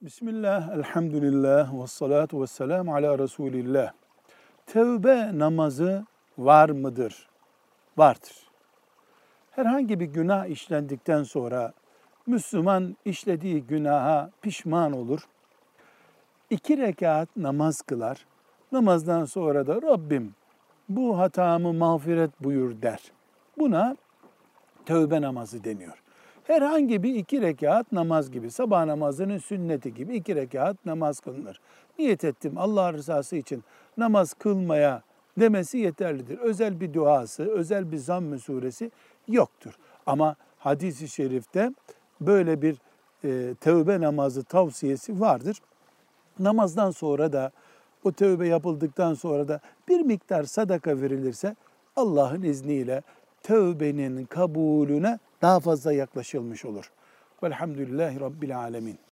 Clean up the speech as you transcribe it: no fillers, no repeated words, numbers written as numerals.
Bismillah, elhamdülillah, ve salatu ve selamu ala Resulillah. Tevbe namazı var mıdır? Vardır. Herhangi bir günah işlendikten sonra Müslüman işlediği günaha pişman olur. 2 rekat namaz kılar. Namazdan sonra da Rabbim bu hatamı mağfiret buyur der. Buna tövbe namazı deniyor. Herhangi bir 2 rekat namaz gibi, sabah namazının sünneti gibi 2 rekat namaz kılınır. Niyet ettim Allah rızası için namaz kılmaya demesi yeterlidir. Özel bir duası, özel bir zamm-ı suresi yoktur. Ama hadis-i şerifte böyle bir tövbe namazı tavsiyesi vardır. Namazdan sonra da o tövbe yapıldıktan sonra da bir miktar sadaka verilirse Allah'ın izniyle tövbenin kabulüne daha fazla yaklaşılmış olur. Velhamdülillahi Rabbil alemin.